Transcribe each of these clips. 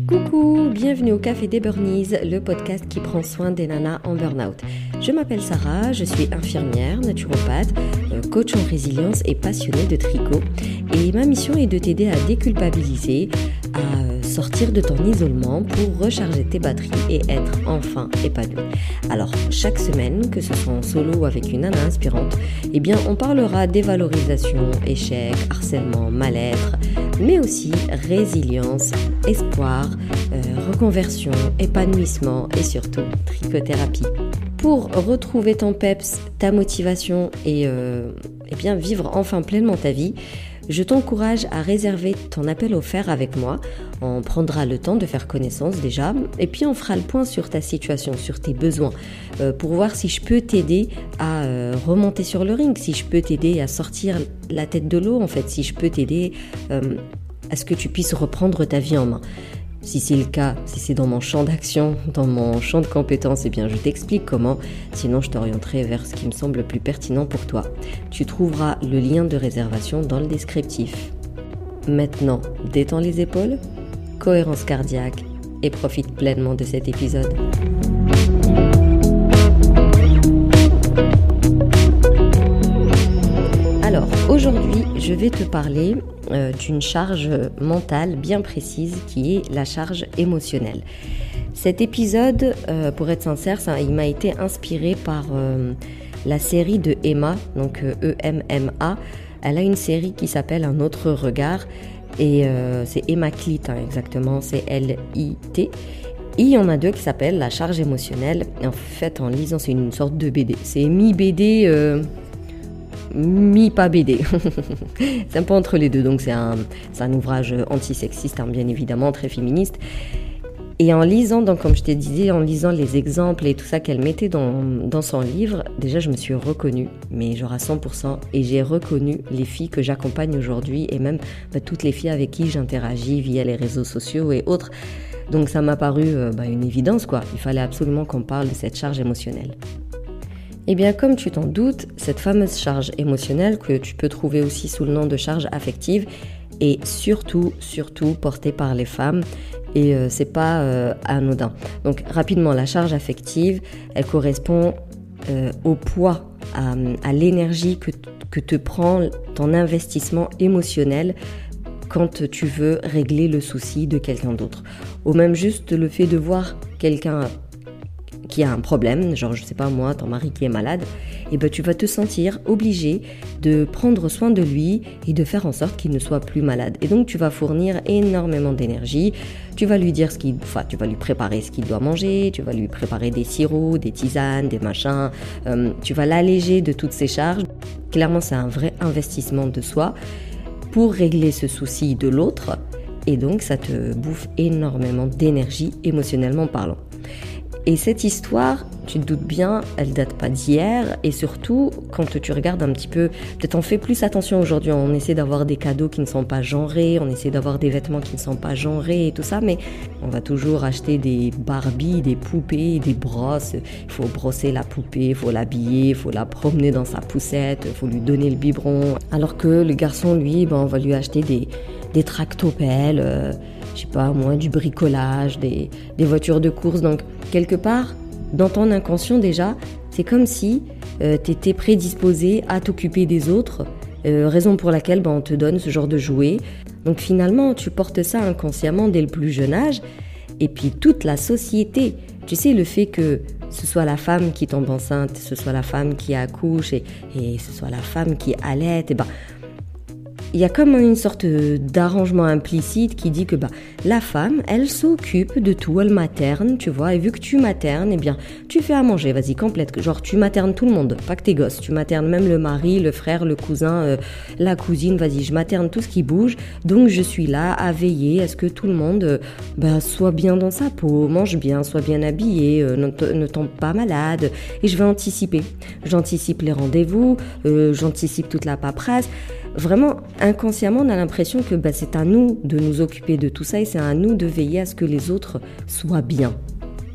Coucou, bienvenue au Café des Burnies, le podcast qui prend soin des nanas en burn-out. Je m'appelle Sarah, je suis infirmière, naturopathe, coach en résilience et passionnée de tricot. Et ma mission est de t'aider à déculpabiliser, à sortir de ton isolement pour recharger tes batteries et être enfin épanouie. Alors, chaque semaine, que ce soit en solo ou avec une nana inspirante, on parlera dévalorisation, échec, harcèlement, mal-être, mais aussi résilience, espoir, reconversion, épanouissement et surtout trichothérapie. Pour retrouver ton peps, ta motivation et vivre enfin pleinement ta vie, je t'encourage à réserver ton appel offert avec moi. On prendra le temps de faire connaissance déjà et puis on fera le point sur ta situation, sur tes besoins pour voir si je peux t'aider à remonter sur le ring, si je peux t'aider à sortir la tête de l'eau en fait, si je peux t'aider à ce que tu puisses reprendre ta vie en main. Si c'est le cas, si c'est dans mon champ d'action, dans mon champ de compétences, je t'explique comment. Sinon, je t'orienterai vers ce qui me semble le plus pertinent pour toi. Tu trouveras le lien de réservation dans le descriptif. Maintenant, détends les épaules, cohérence cardiaque et profite pleinement de cet épisode. Alors, aujourd'hui, je vais te parler d'une charge mentale bien précise qui est la charge émotionnelle. Cet épisode, pour être sincère, il m'a été inspiré par la série de Emma, donc E-M-M-A. Elle a une série qui s'appelle Un autre regard et c'est Emma Clit, exactement, c'est L-I-T. Et il y en a deux qui s'appellent la charge émotionnelle. Et en fait, en lisant, c'est une sorte de BD. C'est mi-BD... mi-pas BD. C'est un peu entre les deux, donc c'est un ouvrage antisexiste, bien évidemment, très féministe. Et en lisant, donc comme je te disais, en lisant les exemples et tout ça qu'elle mettait dans son livre, déjà je me suis reconnue, mais genre à 100%, et j'ai reconnu les filles que j'accompagne aujourd'hui, et même toutes les filles avec qui j'interagis via les réseaux sociaux et autres. Donc ça m'a paru une évidence, quoi. Il fallait absolument qu'on parle de cette charge émotionnelle. Comme tu t'en doutes, cette fameuse charge émotionnelle que tu peux trouver aussi sous le nom de charge affective est surtout portée par les femmes et c'est pas anodin. Donc rapidement, la charge affective, elle correspond au poids, à l'énergie que te prend ton investissement émotionnel quand tu veux régler le souci de quelqu'un d'autre. Ou même juste le fait de voir quelqu'un qui a un problème, genre je sais pas moi, ton mari qui est malade, tu vas te sentir obligé de prendre soin de lui et de faire en sorte qu'il ne soit plus malade. Et donc tu vas fournir énormément d'énergie, tu vas lui dire tu vas lui préparer ce qu'il doit manger, tu vas lui préparer des sirops, des tisanes, des machins, tu vas l'alléger de toutes ses charges. Clairement, c'est un vrai investissement de soi pour régler ce souci de l'autre et donc ça te bouffe énormément d'énergie émotionnellement parlant. Et cette histoire, tu te doutes bien, elle date pas d'hier et surtout quand tu regardes un petit peu, peut-être on fait plus attention aujourd'hui, on essaie d'avoir des cadeaux qui ne sont pas genrés, on essaie d'avoir des vêtements qui ne sont pas genrés et tout ça, mais on va toujours acheter des Barbies, des poupées, des brosses, il faut brosser la poupée, il faut l'habiller, il faut la promener dans sa poussette, il faut lui donner le biberon, alors que le garçon lui, on va lui acheter des tractopelles, du bricolage, des voitures de course. Donc, quelque part, dans ton inconscient déjà, c'est comme si tu étais prédisposé à t'occuper des autres, raison pour laquelle on te donne ce genre de jouets. Donc finalement, tu portes ça inconsciemment dès le plus jeune âge. Et puis toute la société, tu sais, le fait que ce soit la femme qui tombe enceinte, ce soit la femme qui accouche et ce soit la femme qui allaite, il y a comme une sorte d'arrangement implicite qui dit que la femme, elle s'occupe de tout, elle materne, tu vois, et vu que tu maternes, tu fais à manger, vas-y, complète, genre tu maternes tout le monde, pas que tes gosses, tu maternes même le mari, le frère, le cousin, la cousine, vas-y, je materne tout ce qui bouge, donc je suis là à veiller à ce que tout le monde soit bien dans sa peau, mange bien, soit bien habillé, ne tombe pas malade, et je vais anticiper, j'anticipe les rendez-vous, j'anticipe toute la paperasse. Vraiment, inconsciemment, on a l'impression que c'est à nous de nous occuper de tout ça et c'est à nous de veiller à ce que les autres soient bien.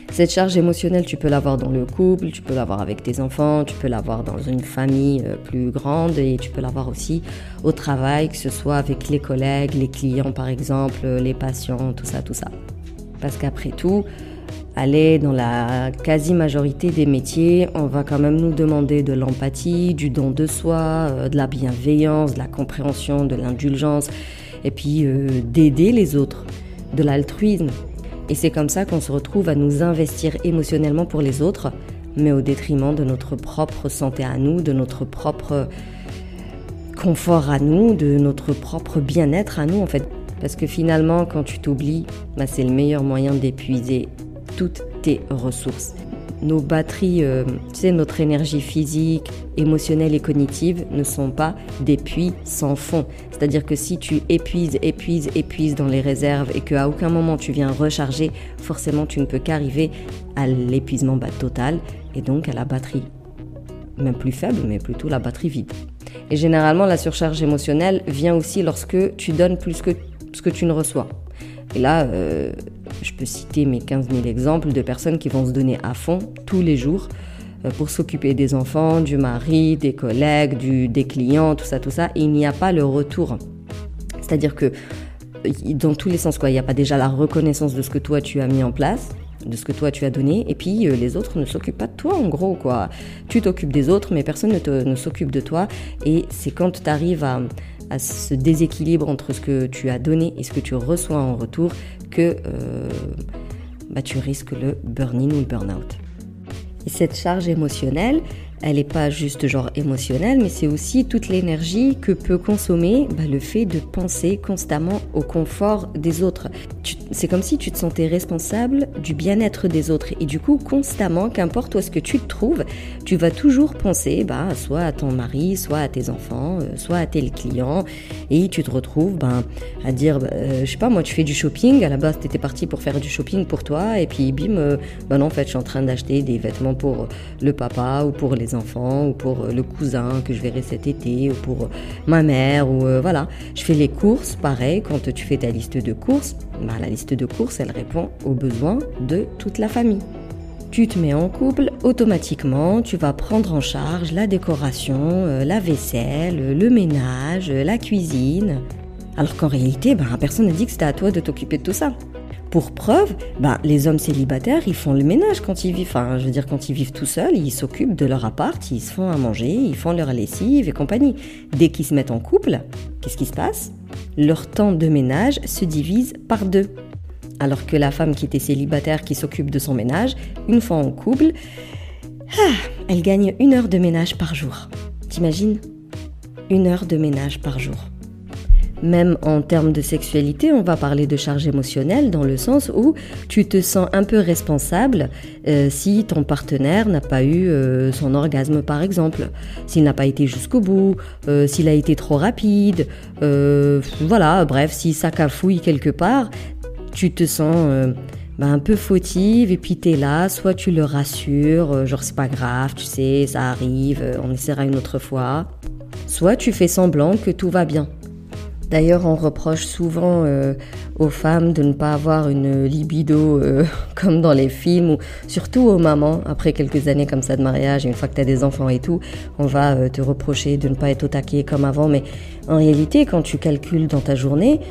Cette charge émotionnelle, tu peux l'avoir dans le couple, tu peux l'avoir avec tes enfants, tu peux l'avoir dans une famille plus grande et tu peux l'avoir aussi au travail, que ce soit avec les collègues, les clients par exemple, les patients, tout ça. Parce qu'après tout, aller dans la quasi-majorité des métiers, on va quand même nous demander de l'empathie, du don de soi, de la bienveillance, de la compréhension, de l'indulgence et puis d'aider les autres, de l'altruisme. Et c'est comme ça qu'on se retrouve à nous investir émotionnellement pour les autres, mais au détriment de notre propre santé à nous, de notre propre confort à nous, de notre propre bien-être à nous en fait. Parce que finalement, quand tu t'oublies, c'est le meilleur moyen d'épuiser toutes tes ressources. Nos batteries, notre énergie physique, émotionnelle et cognitive ne sont pas des puits sans fond. C'est-à-dire que si tu épuises dans les réserves et qu'à aucun moment tu viens recharger, forcément tu ne peux qu'arriver à l'épuisement total et donc à la batterie, même plus faible, mais plutôt la batterie vide. Et généralement, la surcharge émotionnelle vient aussi lorsque tu donnes plus que ce que tu ne reçois. Et là, je peux citer mes 15 000 exemples de personnes qui vont se donner à fond tous les jours pour s'occuper des enfants, du mari, des collègues, des clients, tout ça. Et il n'y a pas le retour. C'est-à-dire que dans tous les sens, il n'y a pas déjà la reconnaissance de ce que toi tu as mis en place, de ce que toi tu as donné, et puis les autres ne s'occupent pas de toi en gros, quoi. Tu t'occupes des autres, mais personne ne s'occupe de toi. Et c'est quand tu arrives à ce déséquilibre entre ce que tu as donné et ce que tu reçois en retour que tu risques le burn-in ou le burn-out. Et cette charge émotionnelle, elle n'est pas juste genre émotionnelle, mais c'est aussi toute l'énergie que peut consommer le fait de penser constamment au confort des autres. C'est comme si tu te sentais responsable du bien-être des autres. Et du coup, constamment, qu'importe où est-ce que tu te trouves, tu vas toujours penser soit à ton mari, soit à tes enfants, soit à tes clients. Et tu te retrouves à dire, je sais pas, moi tu fais du shopping, à la base tu étais parti pour faire du shopping pour toi, et puis bim, non en fait je suis en train d'acheter des vêtements pour le papa ou pour les enfants ou pour le cousin que je verrai cet été ou pour ma mère ou voilà. Je fais les courses, pareil, quand tu fais ta liste de courses, la liste de courses elle répond aux besoins de toute la famille. Tu te mets en couple, automatiquement tu vas prendre en charge la décoration, la vaisselle, le ménage, la cuisine. Alors qu'en réalité, personne n'a dit que c'était à toi de t'occuper de tout ça. Pour preuve, les hommes célibataires, ils font le ménage quand ils vivent. Quand ils vivent tout seuls, ils s'occupent de leur appart, ils se font à manger, ils font leur lessive et compagnie. Dès qu'ils se mettent en couple, qu'est-ce qui se passe ? Leur temps de ménage se divise par 2. Alors que la femme qui était célibataire, qui s'occupe de son ménage, une fois en couple, elle gagne 1 heure de ménage par jour. T'imagines ? 1 heure de ménage par jour. Même en termes de sexualité, on va parler de charge émotionnelle dans le sens où tu te sens un peu responsable si ton partenaire n'a pas eu son orgasme par exemple, s'il n'a pas été jusqu'au bout, s'il a été trop rapide, bref, si ça cafouille quelque part, tu te sens un peu fautive et puis t'es là, soit tu le rassures, genre c'est pas grave, tu sais, ça arrive, on essaiera une autre fois, soit tu fais semblant que tout va bien. D'ailleurs, on reproche souvent aux femmes de ne pas avoir une libido comme dans les films, ou surtout aux mamans, après quelques années comme ça de mariage, une fois que tu as des enfants et tout, on va te reprocher de ne pas être au taquet comme avant. Mais en réalité, quand tu calcules dans ta journée,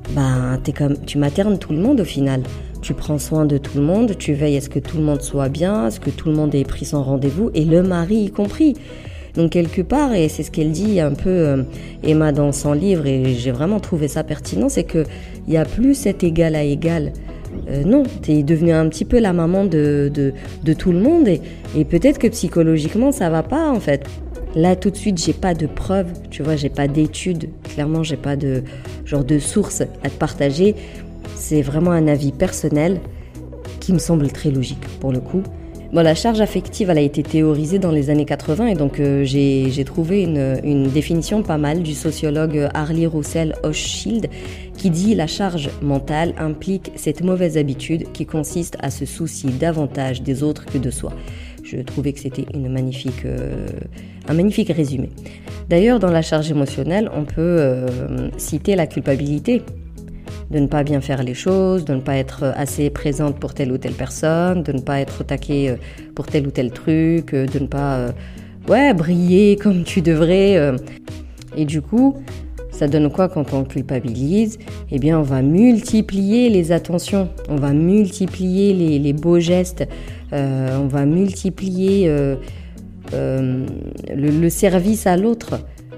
tu maternes tout le monde au final. Tu prends soin de tout le monde, tu veilles à ce que tout le monde soit bien, à ce que tout le monde ait pris son rendez-vous, et le mari y compris. Donc quelque part, et c'est ce qu'elle dit un peu Emma dans son livre, et j'ai vraiment trouvé ça pertinent, c'est qu'il n'y a plus cet égal à égal. Non, t'es devenue un petit peu la maman de tout le monde, et peut-être que psychologiquement ça va pas en fait. Là tout de suite j'ai pas de preuves, tu vois, j'ai pas d'études, clairement j'ai pas de genre de source à te partager. C'est vraiment un avis personnel qui me semble très logique pour le coup. La charge affective, elle a été théorisée dans les années 80 et donc j'ai trouvé une définition pas mal du sociologue Harley Roussel Hochschild qui dit « La charge mentale implique cette mauvaise habitude qui consiste à se soucier davantage des autres que de soi ». Je trouvais que c'était un magnifique résumé. D'ailleurs, dans la charge émotionnelle, on peut citer la culpabilité. de ne pas bien faire les choses, de ne pas être assez présente pour telle ou telle personne, de ne pas être au taquet pour tel ou tel truc, de ne pas briller comme tu devrais. Et du coup, ça donne quoi quand on culpabilise ? Eh bien, on va multiplier les attentions, on va multiplier les beaux gestes, on va multiplier le service à l'autre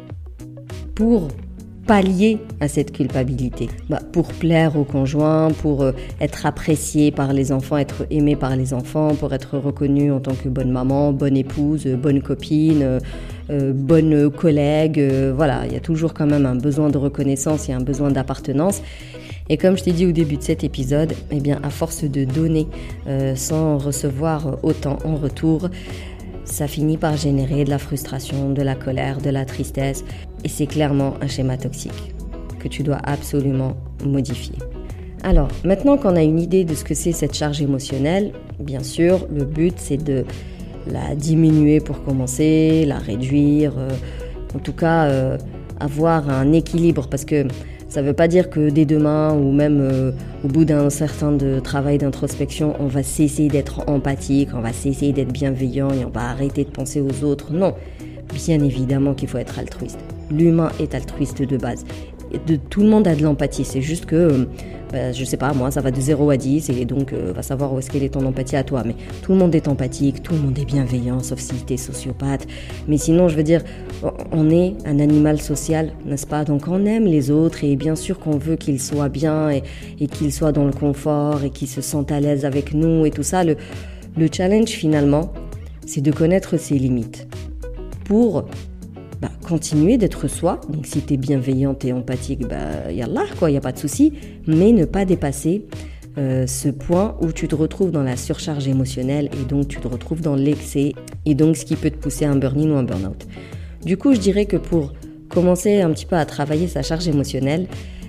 pour pallier à cette culpabilité. Pour plaire au conjoint, pour être apprécié par les enfants, être aimé par les enfants, pour être reconnue en tant que bonne maman, bonne épouse, bonne copine, bonne collègue. Voilà, il y a toujours quand même un besoin de reconnaissance et un besoin d'appartenance. Et comme je t'ai dit au début de cet épisode, eh bien, à force de donner sans recevoir autant en retour, ça finit par générer de la frustration, de la colère, de la tristesse. Et c'est clairement un schéma toxique que tu dois absolument modifier. Alors, maintenant qu'on a une idée de ce que c'est cette charge émotionnelle, bien sûr, le but c'est de la diminuer pour commencer, la réduire, en tout cas avoir un équilibre, parce que ça ne veut pas dire que dès demain ou même au bout d'un certain travail d'introspection, on va cesser d'être empathique, on va cesser d'être bienveillant et on va arrêter de penser aux autres. Non, bien évidemment qu'il faut être altruiste. L'humain est altruiste de base. Tout le monde a de l'empathie, c'est juste que, je sais pas, moi ça va de 0 à 10 et donc va savoir où est-ce qu'elle est ton empathie à toi. Mais tout le monde est empathique, tout le monde est bienveillant, sauf si t'es sociopathe. Mais sinon, je veux dire, on est un animal social, n'est-ce pas ? Donc on aime les autres et bien sûr qu'on veut qu'ils soient bien et qu'ils soient dans le confort et qu'ils se sentent à l'aise avec nous et tout ça. Le challenge finalement, c'est de connaître ses limites pour continuer d'être soi. Donc si t'es bienveillante et empathique, yallah quoi, y a pas de souci, mais ne pas dépasser ce point où tu te retrouves dans la surcharge émotionnelle et donc tu te retrouves dans l'excès et donc ce qui peut te pousser à un burn-in ou un burn-out. Du coup, je dirais que pour commencer un petit peu à travailler sa charge émotionnelle,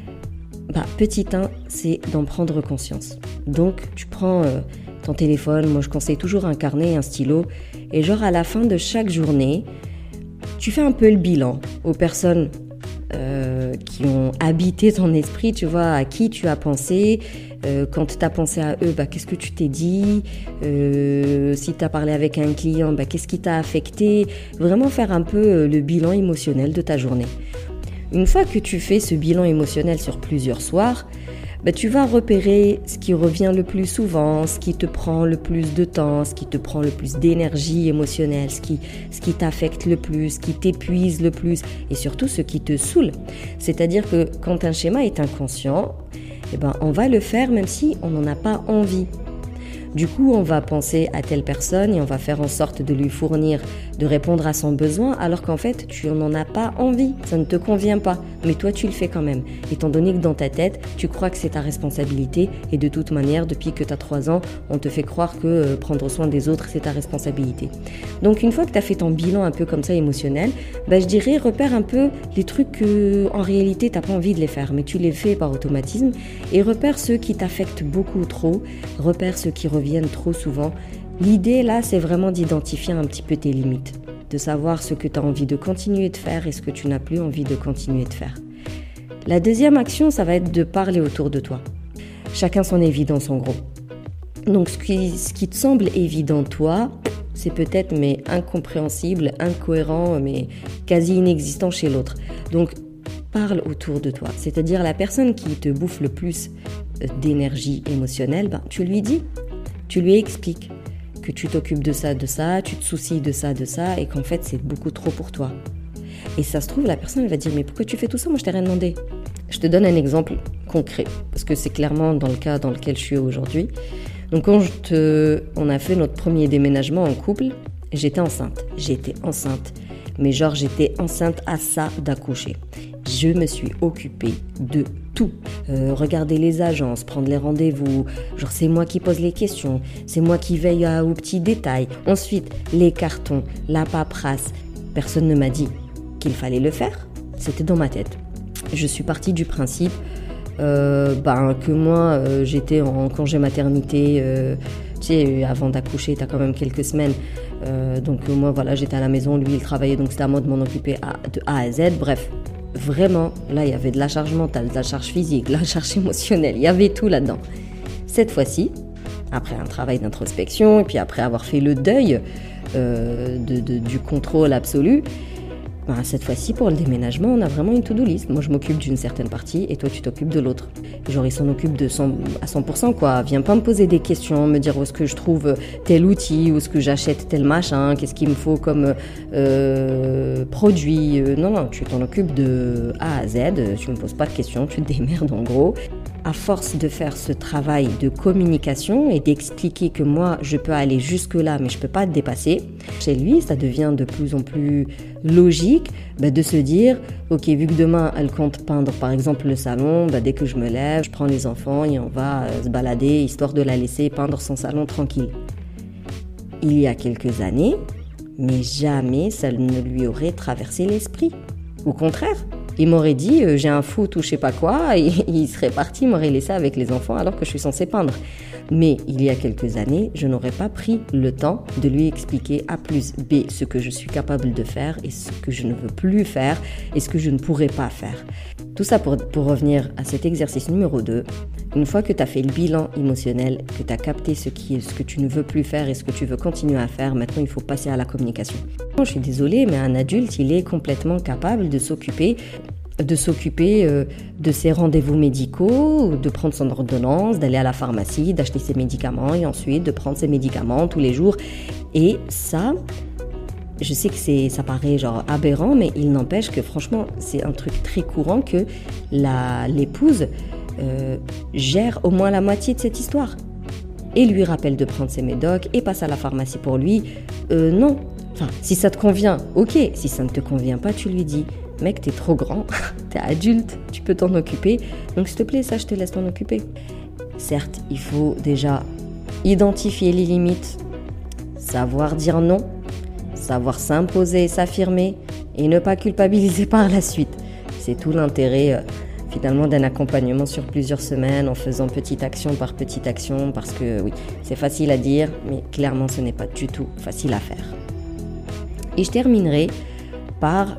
petit 1, c'est d'en prendre conscience. Donc tu prends ton téléphone, moi je conseille toujours un carnet et un stylo, et genre à la fin de chaque journée, tu fais un peu le bilan aux personnes qui ont habité ton esprit, tu vois, à qui tu as pensé, quand tu as pensé à eux, qu'est-ce que tu t'es dit, si tu as parlé avec un client, qu'est-ce qui t'a affecté, vraiment faire un peu le bilan émotionnel de ta journée. Une fois que tu fais ce bilan émotionnel sur plusieurs soirs, tu vas repérer ce qui revient le plus souvent, ce qui te prend le plus de temps, ce qui te prend le plus d'énergie émotionnelle, ce qui t'affecte le plus, ce qui t'épuise le plus et surtout ce qui te saoule. C'est-à-dire que quand un schéma est inconscient, on va le faire même si on n'en a pas envie. Du coup, on va penser à telle personne et on va faire en sorte de lui fournir, de répondre à son besoin, alors qu'en fait, tu n'en as pas envie, ça ne te convient pas. Mais toi, tu le fais quand même, étant donné que dans ta tête, tu crois que c'est ta responsabilité. Et de toute manière, depuis que tu as 3 ans, on te fait croire que prendre soin des autres, c'est ta responsabilité. Donc, une fois que tu as fait ton bilan un peu comme ça émotionnel, je dirais, repère un peu les trucs que, en réalité, tu n'as pas envie de les faire, mais tu les fais par automatisme. Et repère ceux qui t'affectent beaucoup trop, repère ceux qui reviennent trop souvent. L'idée là, c'est vraiment d'identifier un petit peu tes limites, de savoir ce que tu as envie de continuer de faire et ce que tu n'as plus envie de continuer de faire. La deuxième action, ça va être de parler autour de toi. Chacun son évidence en gros. Donc ce qui te semble évident toi, c'est peut-être mais incompréhensible, incohérent, mais quasi inexistant chez l'autre. Donc parle autour de toi, c'est-à-dire la personne qui te bouffe le plus d'énergie émotionnelle, tu lui dis, tu lui expliques que tu t'occupes de ça, tu te soucies de ça, et qu'en fait c'est beaucoup trop pour toi. Et ça se trouve, la personne elle va dire, mais pourquoi tu fais tout ça? Moi je t'ai rien demandé. Je te donne un exemple concret, parce que c'est clairement dans le cas dans lequel je suis aujourd'hui. Donc quand on a fait notre premier déménagement en couple, j'étais enceinte, mais genre j'étais enceinte à ça d'accoucher. Je me suis occupée de tout. Regarder les agences, prendre les rendez-vous, genre c'est moi qui pose les questions, c'est moi qui veille aux petits détails. Ensuite, les cartons, la paperasse. Personne ne m'a dit qu'il fallait le faire, c'était dans ma tête. Je suis partie du principe que moi j'étais en congé maternité, tu sais, avant d'accoucher, t'as quand même quelques semaines. Donc moi voilà, j'étais à la maison, lui il travaillait, donc c'était à moi de m'en occuper de A à Z, bref. vraiment, là, il y avait de la charge mentale, de la charge physique, de la charge émotionnelle, il y avait tout là-dedans. Cette fois-ci, après un travail d'introspection et puis après avoir fait le deuil du contrôle absolu, cette fois-ci, pour le déménagement, on a vraiment une to-do list. Moi, je m'occupe d'une certaine partie et toi, tu t'occupes de l'autre. Genre, il s'en occupe à 100%, quoi. Viens pas me poser des questions, me dire où est-ce que je trouve tel outil, où est-ce que j'achète tel machin, qu'est-ce qu'il me faut comme produit. Non, tu t'en occupes de A à Z. Tu me poses pas de questions, tu te démerdes en gros. À force de faire ce travail de communication et d'expliquer que moi, je peux aller jusque-là, mais je peux pas te dépasser, chez lui, ça devient de plus en plus logique de se dire, ok, vu que demain, elle compte peindre, par exemple, le salon, dès que je me lève, je prends les enfants et on va se balader, histoire de la laisser peindre son salon tranquille. Il y a quelques années, mais jamais ça ne lui aurait traversé l'esprit. Au contraire. Il m'aurait dit, j'ai un foot ou je sais pas quoi, et il serait parti, il m'aurait laissé avec les enfants alors que je suis censée peindre. Mais il y a quelques années, je n'aurais pas pris le temps de lui expliquer A plus B ce que je suis capable de faire et ce que je ne veux plus faire et ce que je ne pourrais pas faire. Tout ça pour revenir à cet exercice numéro 2. Une fois que tu as fait le bilan émotionnel, que tu as capté ce que tu ne veux plus faire et ce que tu veux continuer à faire, maintenant il faut passer à la communication. Je suis désolée, mais un adulte, il est complètement capable de s'occuper de ses rendez-vous médicaux, de prendre son ordonnance, d'aller à la pharmacie, d'acheter ses médicaments et ensuite de prendre ses médicaments tous les jours. Et ça, je sais que ça paraît genre aberrant, mais il n'empêche que franchement, c'est un truc très courant que l'épouse gère au moins la moitié de cette histoire. Et lui rappelle de prendre ses médocs et passe à la pharmacie pour lui. Non. Enfin, si ça te convient, ok. Si ça ne te convient pas, tu lui dis, mec, t'es trop grand, t'es adulte, tu peux t'en occuper. Donc s'il te plaît, ça, je te laisse t'en occuper. Certes, il faut déjà identifier les limites, savoir dire non, savoir s'imposer et s'affirmer et ne pas culpabiliser par la suite. C'est tout l'intérêt finalement d'un accompagnement sur plusieurs semaines en faisant petite action par petite action parce que oui, c'est facile à dire, mais clairement ce n'est pas du tout facile à faire. Et je terminerai par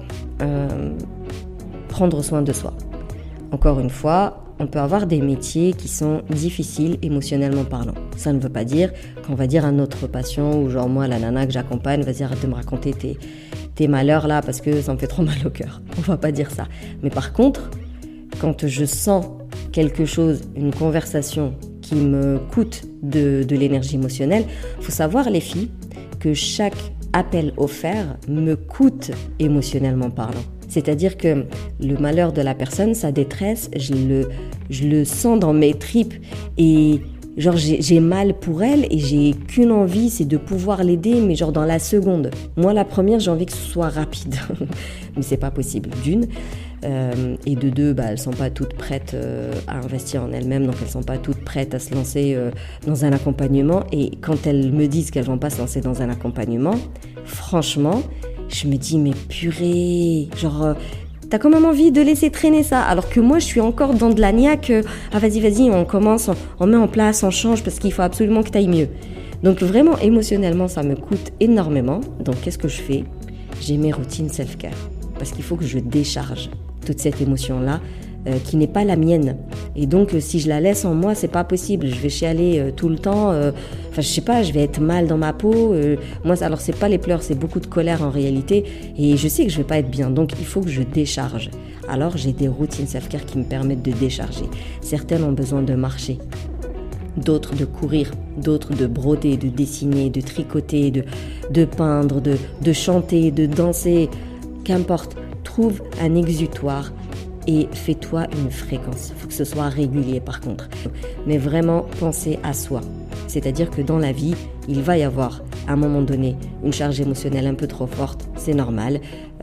prendre soin de soi. Encore une fois, on peut avoir des métiers qui sont difficiles émotionnellement parlant. Ça ne veut pas dire qu'on va dire à notre patient ou genre moi, la nana que j'accompagne, vas-y arrête de me raconter tes malheurs là parce que ça me fait trop mal au cœur. On va pas dire ça. Mais par contre, quand je sens quelque chose, une conversation qui me coûte de l'énergie émotionnelle, faut savoir les filles que chaque appel offert me coûte émotionnellement parlant. C'est-à-dire que le malheur de la personne, sa détresse, je le sens dans mes tripes et genre j'ai mal pour elle et j'ai qu'une envie, c'est de pouvoir l'aider, mais genre dans la seconde. Moi, la première, j'ai envie que ce soit rapide, mais c'est pas possible d'une. Et de deux, elles sont pas toutes prêtes à investir en elles-mêmes, donc elles sont pas toutes prêtes à se lancer dans un accompagnement. Et quand elles me disent qu'elles vont pas se lancer dans un accompagnement, franchement, je me dis mais purée, genre t'as quand même envie de laisser traîner ça, alors que moi je suis encore dans de la niaque. Vas-y, on commence, on met en place, on change parce qu'il faut absolument que t'ailles mieux. Donc vraiment émotionnellement ça me coûte énormément. Donc qu'est-ce que je fais ? J'ai mes routines self-care parce qu'il faut que je décharge toute cette émotion-là qui n'est pas la mienne. Et donc, si je la laisse en moi, c'est pas possible. Je vais chialer tout le temps. Je sais pas, je vais être mal dans ma peau. Moi, alors, c'est pas les pleurs, c'est beaucoup de colère en réalité. Et je sais que je vais pas être bien. Donc, il faut que je décharge. Alors, j'ai des routines self-care qui me permettent de décharger. Certaines ont besoin de marcher. D'autres de courir, d'autres de broder, de dessiner, de tricoter, de peindre, de chanter, de danser. Qu'importe, trouve un exutoire et fais-toi une fréquence. Il faut que ce soit régulier par contre. Mais vraiment, pensez à soi. C'est-à-dire que dans la vie, il va y avoir à un moment donné une charge émotionnelle un peu trop forte, c'est normal.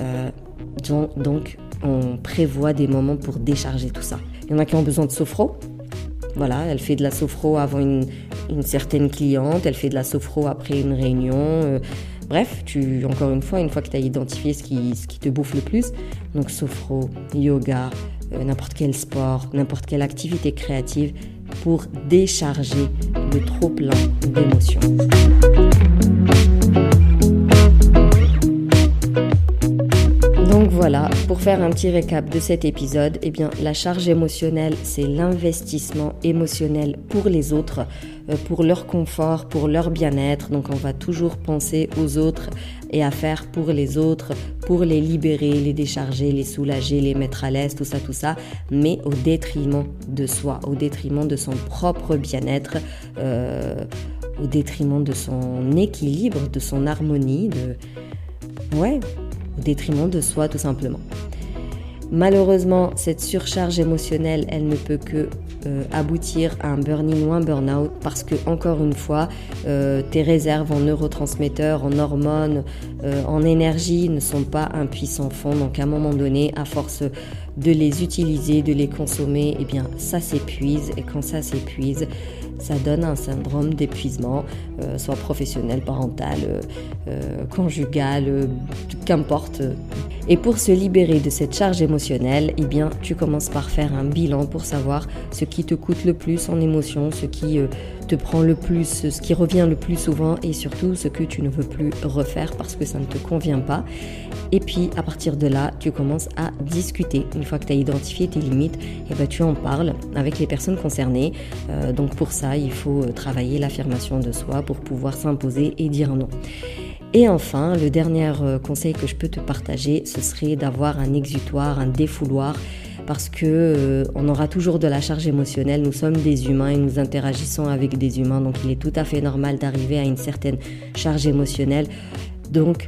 Donc, on prévoit des moments pour décharger tout ça. Il y en a qui ont besoin de sophro. Voilà, elle fait de la sophro avant une certaine cliente, elle fait de la sophro après une réunion. Bref, encore une fois que tu as identifié ce qui te bouffe le plus, donc sophro, yoga, n'importe quel sport, n'importe quelle activité créative pour décharger le trop-plein d'émotions. Donc voilà, pour faire un petit récap de cet épisode, eh bien, la charge émotionnelle, c'est l'investissement émotionnel pour les autres, pour leur confort, pour leur bien-être. Donc on va toujours penser aux autres et à faire pour les autres, pour les libérer, les décharger, les soulager, les mettre à l'aise, tout ça, mais au détriment de soi, au détriment de son propre bien-être, au détriment de son équilibre, de son harmonie, au détriment de soi tout simplement. Malheureusement, cette surcharge émotionnelle, elle ne peut que aboutir à un burn-in ou un burn-out parce que, encore une fois, tes réserves en neurotransmetteurs, en hormones, en énergie ne sont pas un puissant fond. Donc à un moment donné, à force de les utiliser, de les consommer, eh bien ça s'épuise, et quand ça s'épuise, ça donne un syndrome d'épuisement, soit professionnel, parental, conjugal, qu'importe. Et pour se libérer de cette charge émotionnelle, eh bien, tu commences par faire un bilan pour savoir ce qui te coûte le plus en émotion, ce qui te prend le plus, ce qui revient le plus souvent et surtout ce que tu ne veux plus refaire parce que ça ne te convient pas. Et puis, à partir de là, tu commences à discuter. Une fois que tu as identifié tes limites, eh ben, tu en parles avec les personnes concernées. Donc pour ça, il faut travailler l'affirmation de soi pour pouvoir s'imposer et dire non. Et enfin, le dernier conseil que je peux te partager, ce serait d'avoir un exutoire, un défouloir, parce que on aura toujours de la charge émotionnelle. Nous sommes des humains et nous interagissons avec des humains, donc il est tout à fait normal d'arriver à une certaine charge émotionnelle. Donc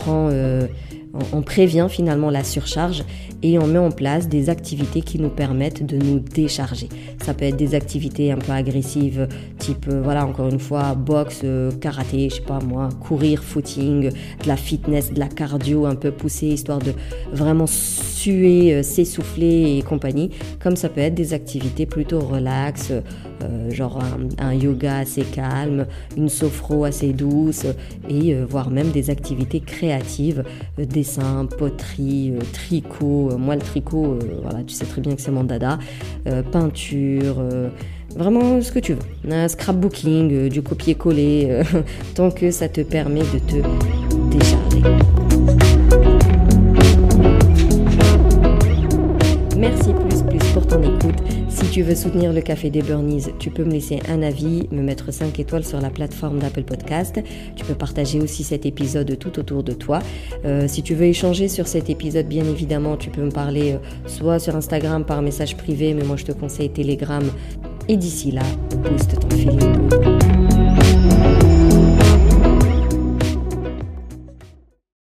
on prévient finalement la surcharge et on met en place des activités qui nous permettent de nous décharger. Ça peut être des activités un peu agressives, type, encore une fois, boxe, karaté, je sais pas moi, courir, footing, de la fitness, de la cardio un peu poussée, histoire de vraiment suer, s'essouffler et compagnie. Comme ça peut être des activités plutôt relax, genre un yoga assez calme, une sophro assez douce et voire même des activités créatives, dessin, poterie, tricot. Moi le tricot, tu sais très bien que c'est mon dada, peinture, vraiment ce que tu veux, scrapbooking, du copier-coller, tant que ça te permet de te décharger. Merci plus pour ton écoute. Si tu veux soutenir le Café des Burnies, tu peux me laisser un avis, me mettre 5 étoiles sur la plateforme d'Apple Podcast. Tu peux partager aussi cet épisode tout autour de toi. Si tu veux échanger sur cet épisode, bien évidemment, tu peux me parler soit sur Instagram par message privé, mais moi je te conseille Telegram. Et d'ici là, booste ton feeling good.